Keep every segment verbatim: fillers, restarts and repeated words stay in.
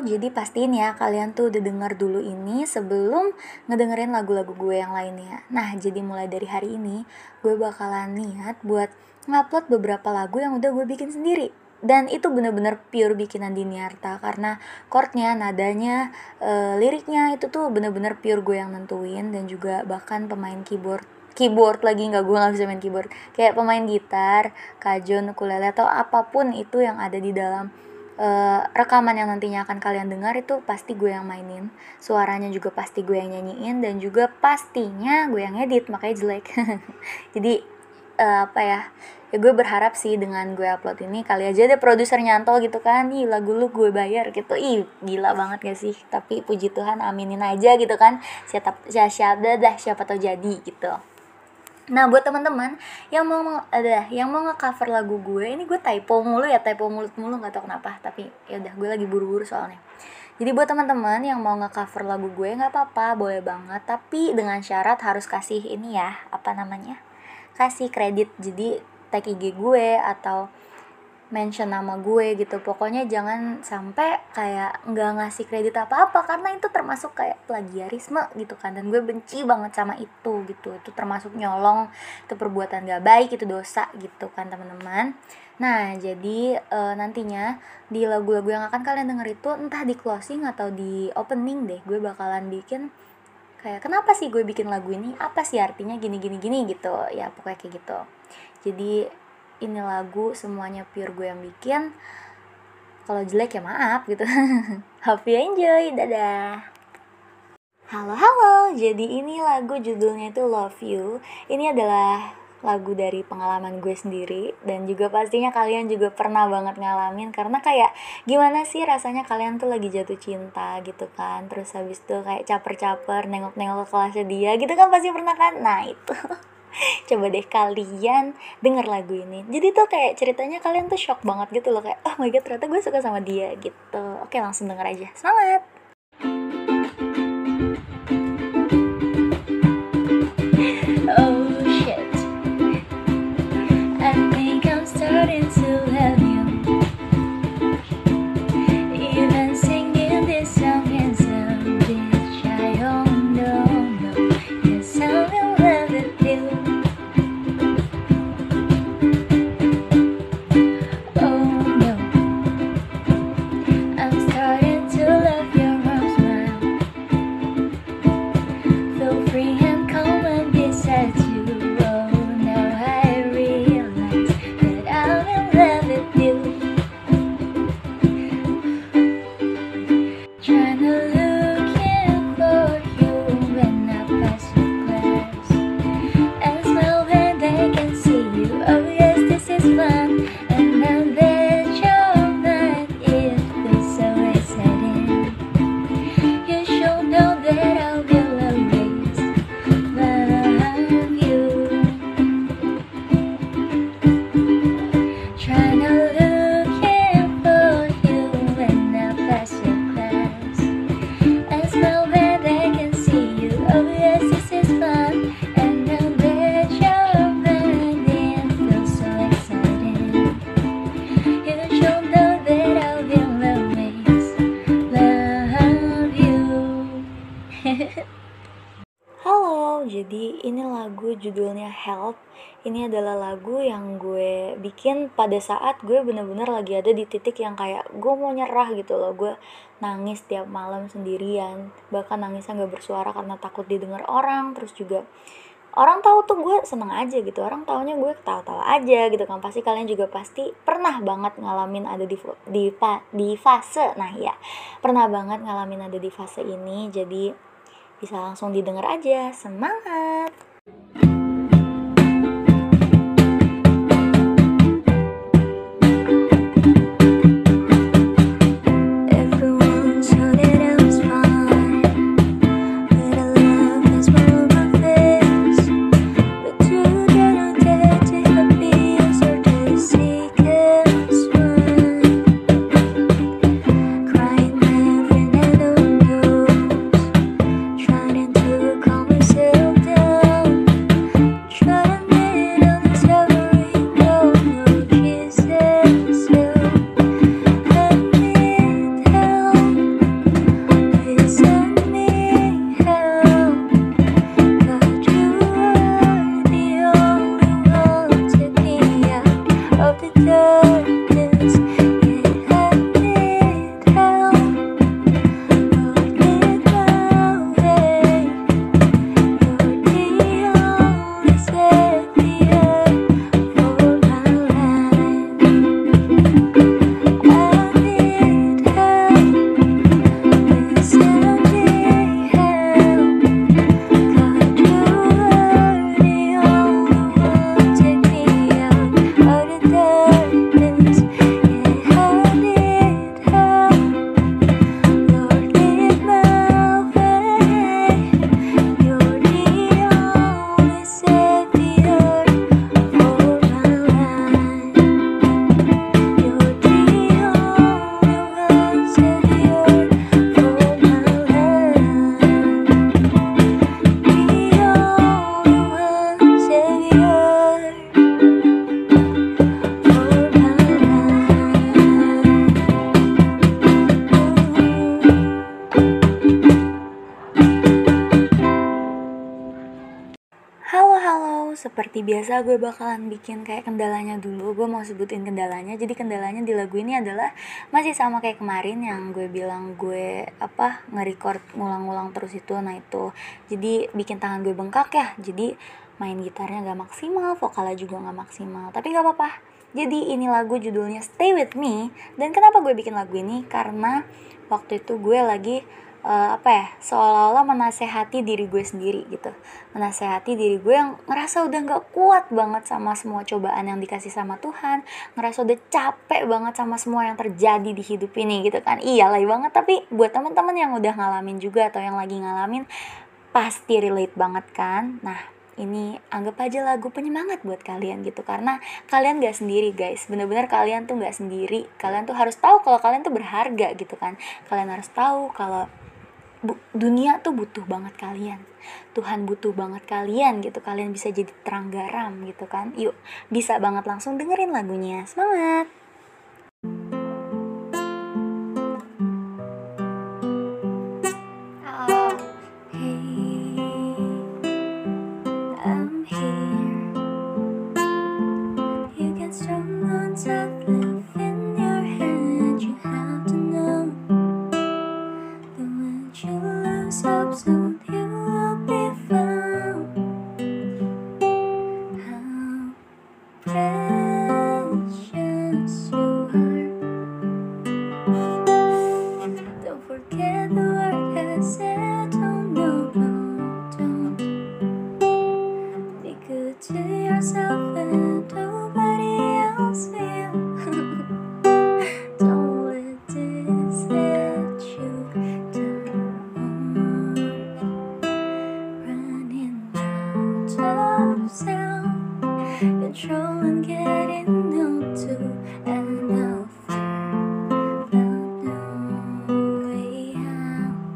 jadi pastiin ya kalian tuh udah denger dulu ini sebelum ngedengerin lagu-lagu gue yang lainnya. Nah, jadi mulai dari hari ini gue bakalan niat buat ngupload beberapa lagu yang udah gue bikin sendiri. Dan itu bener-bener pure bikinan Diniarta, karena chordnya, nadanya, e, liriknya itu tuh bener-bener pure gue yang nentuin. Dan juga bahkan pemain keyboard keyboard lagi nggak, gue nggak bisa main keyboard, kayak pemain gitar, kajon, ukulele atau apapun itu yang ada di dalam uh, rekaman yang nantinya akan kalian dengar, itu pasti gue yang mainin, suaranya juga pasti gue yang nyanyiin, dan juga pastinya gue yang edit, makanya jelek. Jadi uh, apa ya ya gue berharap sih dengan gue upload ini kali aja deh produser nyantol gitu kan, ih lagu lu gue bayar gitu, ih gila banget gak sih. Tapi puji Tuhan, aminin aja gitu kan, siapa siapa dah siapa tau jadi gitu. Nah, buat teman-teman yang mau ada yang mau nge-cover lagu gue, ini gue typo mulu ya, typo mulut mulu nggak tahu kenapa, tapi ya udah, gue lagi buru-buru soalnya. Jadi buat teman-teman yang mau nge-cover lagu gue nggak apa-apa, boleh banget, tapi dengan syarat harus kasih ini ya, apa namanya? Kasih kredit. Jadi tag I G gue atau mention nama gue gitu. Pokoknya jangan sampai kayak nggak ngasih kredit apa-apa, karena itu termasuk kayak plagiarisme gitu kan, dan gue benci banget sama itu gitu. Itu termasuk nyolong, itu perbuatan nggak baik, itu dosa gitu kan teman-teman. Nah, jadi e, nantinya di lagu-lagu yang akan kalian denger itu, entah di closing atau di opening deh, gue bakalan bikin kayak kenapa sih gue bikin lagu ini, apa sih artinya gini gini gini gitu ya, pokoknya kayak gitu. Jadi ini lagu semuanya pure gue yang bikin. Kalau jelek ya maaf gitu. Hope you enjoy. Dadah. Halo halo. Jadi ini lagu judulnya itu Love You. Ini adalah lagu dari pengalaman gue sendiri, dan juga pastinya kalian juga pernah banget ngalamin, karena kayak gimana sih rasanya kalian tuh lagi jatuh cinta gitu kan, terus habis itu kayak caper-caper nengok-nengok ke kelasnya dia gitu kan, pasti pernah kan. Nah itu coba deh kalian denger lagu ini. Jadi tuh kayak ceritanya kalian tuh shock banget gitu loh, kayak oh my god ternyata gue suka sama dia gitu. Oke, langsung denger aja. Semangat. Oh shit, I think I'm starting to love you. Even singing this song is a bitch. I don't know, no. Yes, I'm in love with you. Oh no, I'm starting to love your warm smile. Feel free and calm and beside you. Oh, now I realize that I'm in love with you. Tryna looking for you when I pass your class, and smile when they can see you. Oh yes, this is fun, and now that you're mine, it feels so exciting. You should know that I will always love you. Tryna looking for you when I pass your class, and smile when they can see you. Oh yes, this is fun, and now that you're mine, it feels so exciting. You should know that I will always love you. Halo, jadi ini lagu judulnya Help. Ini adalah lagu yang gue bikin pada saat gue bener-bener lagi ada di titik yang kayak gue mau nyerah gitu loh. Gue nangis tiap malam sendirian, bahkan nangisnya gak bersuara karena takut didengar orang. Terus juga orang tahu tuh gue seneng aja gitu, orang taunya gue ketawa-tawa aja gitu kan. Pasti kalian juga pasti pernah banget ngalamin ada di di, di fase, nah ya pernah banget ngalamin ada di fase ini. Jadi bisa langsung didengar aja. Semangat. Everyone saw that I was fine, but I love this more my face. But you don't dare take the pills or the second one. Crying every night on those, trying to calm myself down. seperti biasa gue bakalan bikin kayak kendalanya dulu. Gue mau sebutin kendalanya. Jadi kendalanya di lagu ini adalah masih sama kayak kemarin yang gue bilang gue apa nge-record ngulang-ngulang terus itu. Nah itu jadi bikin tangan gue bengkak ya. Jadi main gitarnya gak maksimal, vokalnya juga gak maksimal. Tapi gak apa-apa. Jadi ini lagu judulnya Stay With Me. Dan kenapa gue bikin lagu ini? Karena waktu itu gue lagi uh, apa ya, seolah-olah menasehati diri gue sendiri gitu. Menasehati diri gue yang ngerasa udah gak kuat banget sama semua cobaan yang dikasih sama Tuhan, ngerasa udah capek banget sama semua yang terjadi di hidup ini gitu kan. Iya lay banget, tapi buat teman-teman yang udah ngalamin juga atau yang lagi ngalamin pasti relate banget kan. Nah ini anggap aja lagu penyemangat buat kalian gitu, karena kalian gak sendiri guys, bener-bener kalian tuh gak sendiri. Kalian tuh harus tahu kalau kalian tuh berharga gitu kan. Kalian harus tahu kalau bu- dunia tuh butuh banget kalian, Tuhan butuh banget kalian gitu. Kalian bisa jadi terang garam gitu kan. Yuk bisa banget, langsung dengerin lagunya. Semangat. Oh, hey, I'm here. You get strong on top, love in your head. You have to know that when you lose hope, soon you will be found. How precious you are. Don't forget the word I said. Oh no, no, don't. Be good to yourself and nobody else will. Don't let this let you down. Running out of self control and getting no to and now found no way out.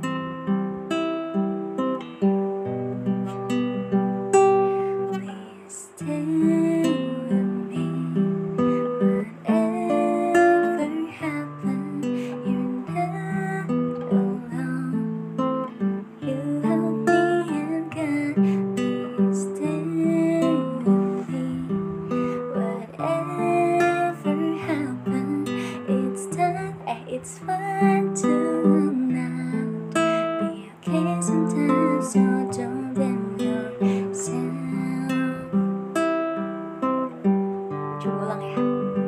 Please stay with me. Whatever happens, you're not alone. You help me and God. Please stay with me. Whatever happens, it's time. Eh, it's fine to not be okay sometimes. So don't blame yourself. Coba ulang ya.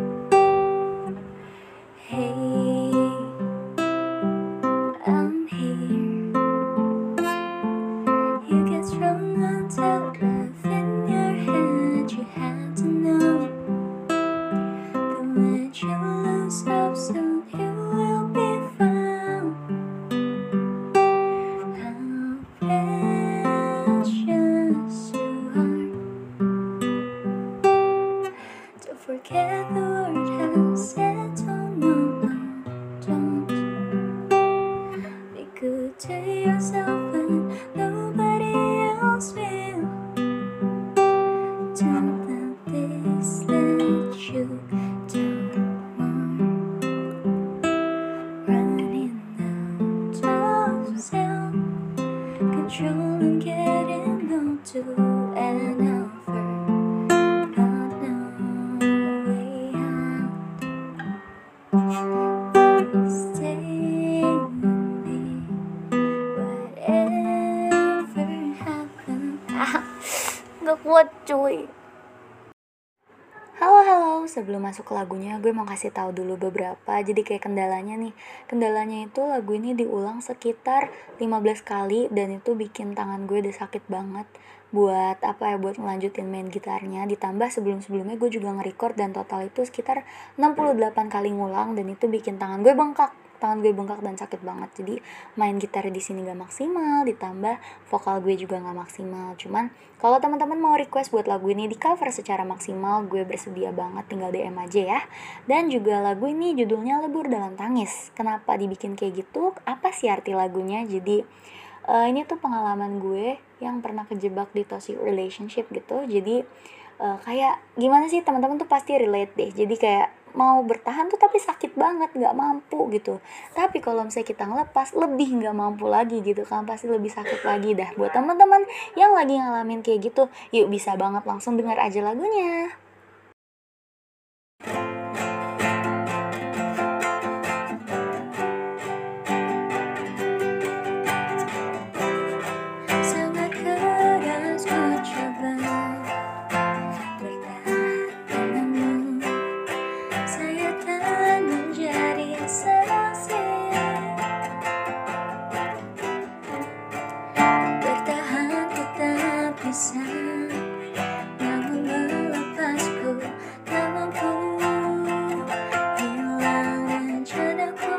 Hey, I'm here. You get strong on top, love in your head. You have to know that when you lose hope, soon you will be found. How precious you are. Don't forget the word I said. Oh no, no, don't. Be good to yourself and nobody else will. Don't let this let you down. Running out of self control and getting no to and now found no way out. Please stay with me. Whatever happens. Ah, gak kuat cuy. Halo halo, sebelum masuk ke lagunya gue mau kasih tahu dulu beberapa. Jadi kayak kendalanya nih. Kendalanya itu lagu ini diulang sekitar lima belas kali dan itu bikin tangan gue udah sakit banget buat apa ya, buat ngelanjutin main gitarnya. Ditambah sebelum-sebelumnya gue juga nge-record dan total itu sekitar enam puluh delapan kali ngulang dan itu bikin tangan gue bengkak. Tangan gue bengkak dan sakit banget. Jadi main gitar di sini gak maksimal, ditambah vokal gue juga gak maksimal. Cuman kalau teman-teman mau request buat lagu ini di cover secara maksimal, gue bersedia banget, tinggal D M aja ya. Dan juga lagu ini judulnya Lebur Dalam Tangis. Kenapa dibikin kayak gitu? Apa sih arti lagunya? Jadi uh, ini tuh pengalaman gue yang pernah kejebak di toxic relationship gitu. Jadi uh, kayak gimana sih, teman-teman tuh pasti relate deh. Jadi kayak mau bertahan tuh tapi sakit banget, nggak mampu gitu. Tapi kalau misalnya kita ngelepas, lebih nggak mampu lagi gitu kan, pasti lebih sakit lagi dah. Buat teman-teman yang lagi ngalamin kayak gitu, yuk bisa banget langsung dengar aja lagunya. Sangat keras ku coba bertahan denganmu. Saya tak menjadi saksi. Bertahan ku tak bisa, namun melepasku tak mampu. Hilang rencanaku,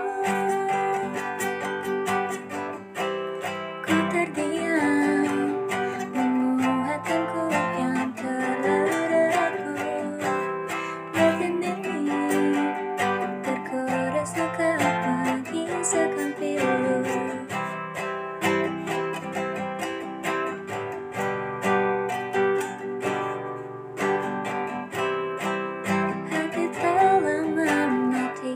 ku terdiam, menguatkanku yang terlalu rapuh. Batin ini terkuras luka mengisahkan pilu. Hati telah mati,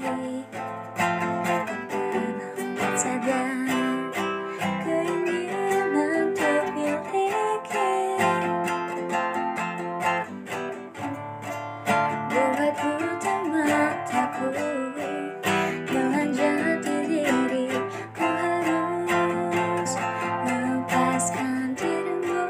terlambat sadar. Keinginan untuk miliki buat buta mataku, dengan jati diri ku harus lepaskan dirimu.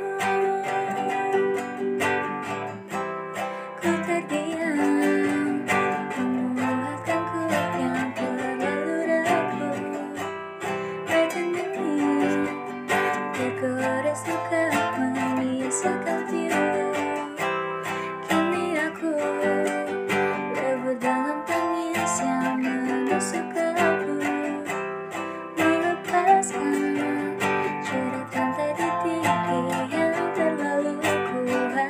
Ku terdiam, menguatkanku yang terlalu rapuh. Batin ini terkuras luka menyisakan pilu. Kini aku lebur dalam tangis yang menusuk kalbu. Melepaskan curhat rantai di tinggi yang terlalu kuat.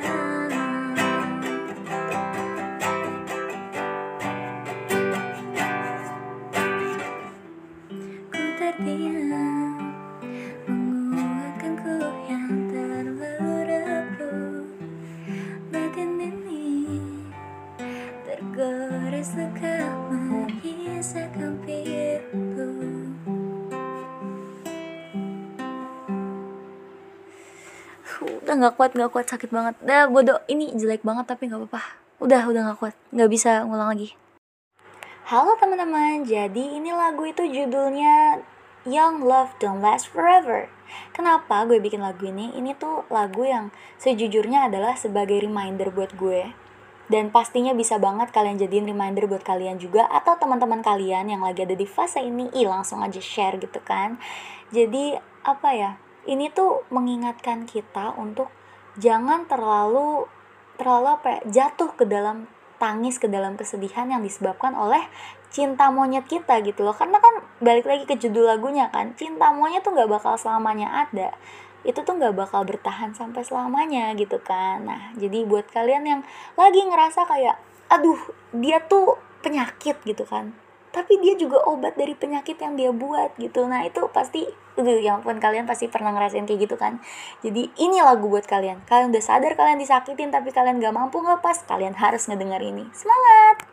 Ku terdiam, menguatkanku yang terlalu rapuh. Batin ini tergores luka menyisakan pilu. Udah nggak kuat, nggak kuat, sakit banget. Dah bodoh, ini jelek banget tapi nggak apa-apa. Udah, udah nggak kuat, nggak bisa ngulang lagi. Halo teman-teman, jadi ini lagu itu judulnya Young Love Don't Last Forever. Kenapa gue bikin lagu ini? Ini tuh lagu yang sejujurnya adalah sebagai reminder buat gue. Dan pastinya bisa banget kalian jadiin reminder buat kalian juga, atau teman-teman kalian yang lagi ada di fase ini, ih langsung aja share gitu kan. Jadi apa ya, ini tuh mengingatkan kita untuk jangan terlalu terlalu apa ya, jatuh ke dalam tangis, ke dalam kesedihan yang disebabkan oleh cinta monyet kita gitu loh. Karena kan balik lagi ke judul lagunya kan, cinta monyet tuh gak bakal selamanya ada, itu tuh gak bakal bertahan sampai selamanya gitu kan. Nah jadi buat kalian yang lagi ngerasa kayak aduh dia tuh penyakit gitu kan, tapi dia juga obat dari penyakit yang dia buat gitu. Nah itu pasti, aduh ya ampun, kalian pasti pernah ngerasain kayak gitu kan. Jadi ini lagu buat kalian. Kalian udah sadar kalian disakitin tapi kalian gak mampu ngelepas, kalian harus ngedenger ini. Semangat!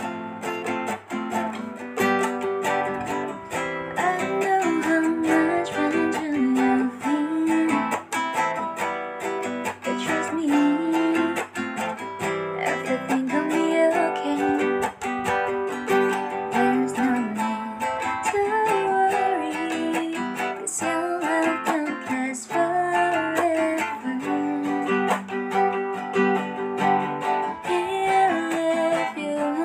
I know how much pain you feel, but trust me, everything gon' be okay. There's no need to worry, 'cause your love don't last forever. He'll lift you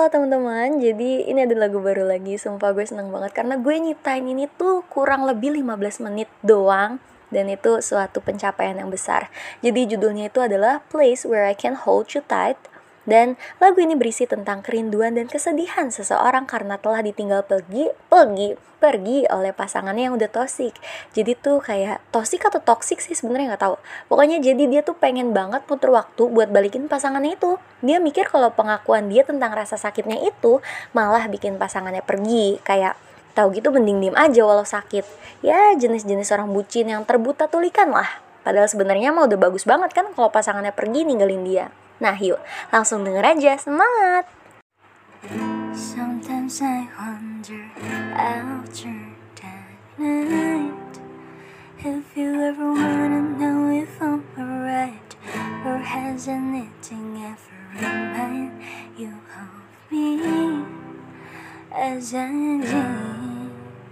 Halo teman-teman, jadi ini ada lagu baru lagi. Sumpah gue seneng banget karena gue nyiptain ini tuh kurang lebih lima belas menit doang. Dan itu suatu pencapaian yang besar. Jadi judulnya itu adalah Place Where I Can Hold You Tight. Dan lagu ini berisi tentang kerinduan dan kesedihan seseorang karena telah ditinggal pergi, pergi, pergi oleh pasangannya yang udah toksik. Jadi tuh kayak toksik atau toksik sih sebenarnya nggak tahu. Pokoknya jadi dia tuh pengen banget muter waktu buat balikin pasangannya itu. Dia mikir kalau pengakuan dia tentang rasa sakitnya itu malah bikin pasangannya pergi. Kayak tahu gitu mending diem aja walau sakit. Ya jenis-jenis orang bucin yang terbuta tulikan lah. Padahal sebenarnya mah udah bagus banget kan kalau pasangannya pergi ninggalin dia. Nah yuk, langsung denger aja, semangat! Sometimes I wonder after that night if you ever wanna know if I'm alright, or has anything ever remind you of me as I did.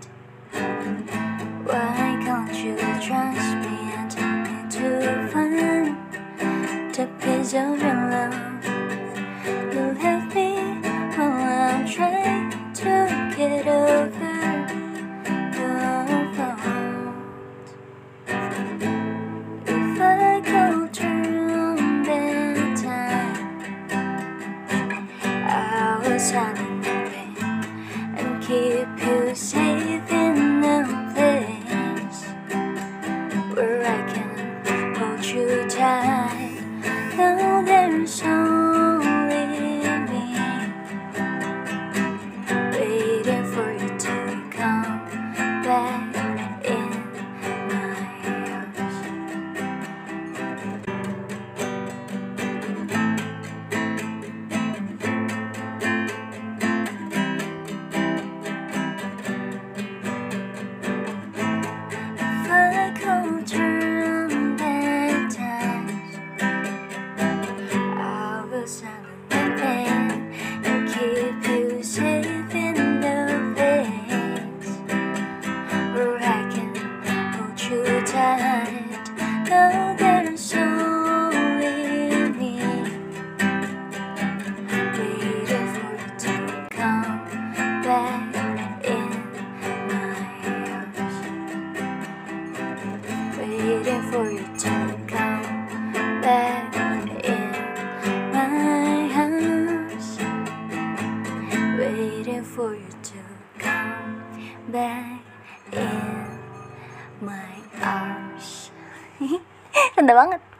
Why can't you trust me and tell me to find the piece of your love you left me while I'm trying to get over your fault. If I go through that time, I will silence the pain and keep you safe in a place where I can hold you tight. Now there's only me waiting for you to come back in my arms. If I go through bad times, I will silence the pain and keep you safe in the place where I can hold you tight. Now there's only me waiting for you to come back in my arms. Waiting for you to come back in my arms. Waiting for you to come back in my arms. Rendah banget.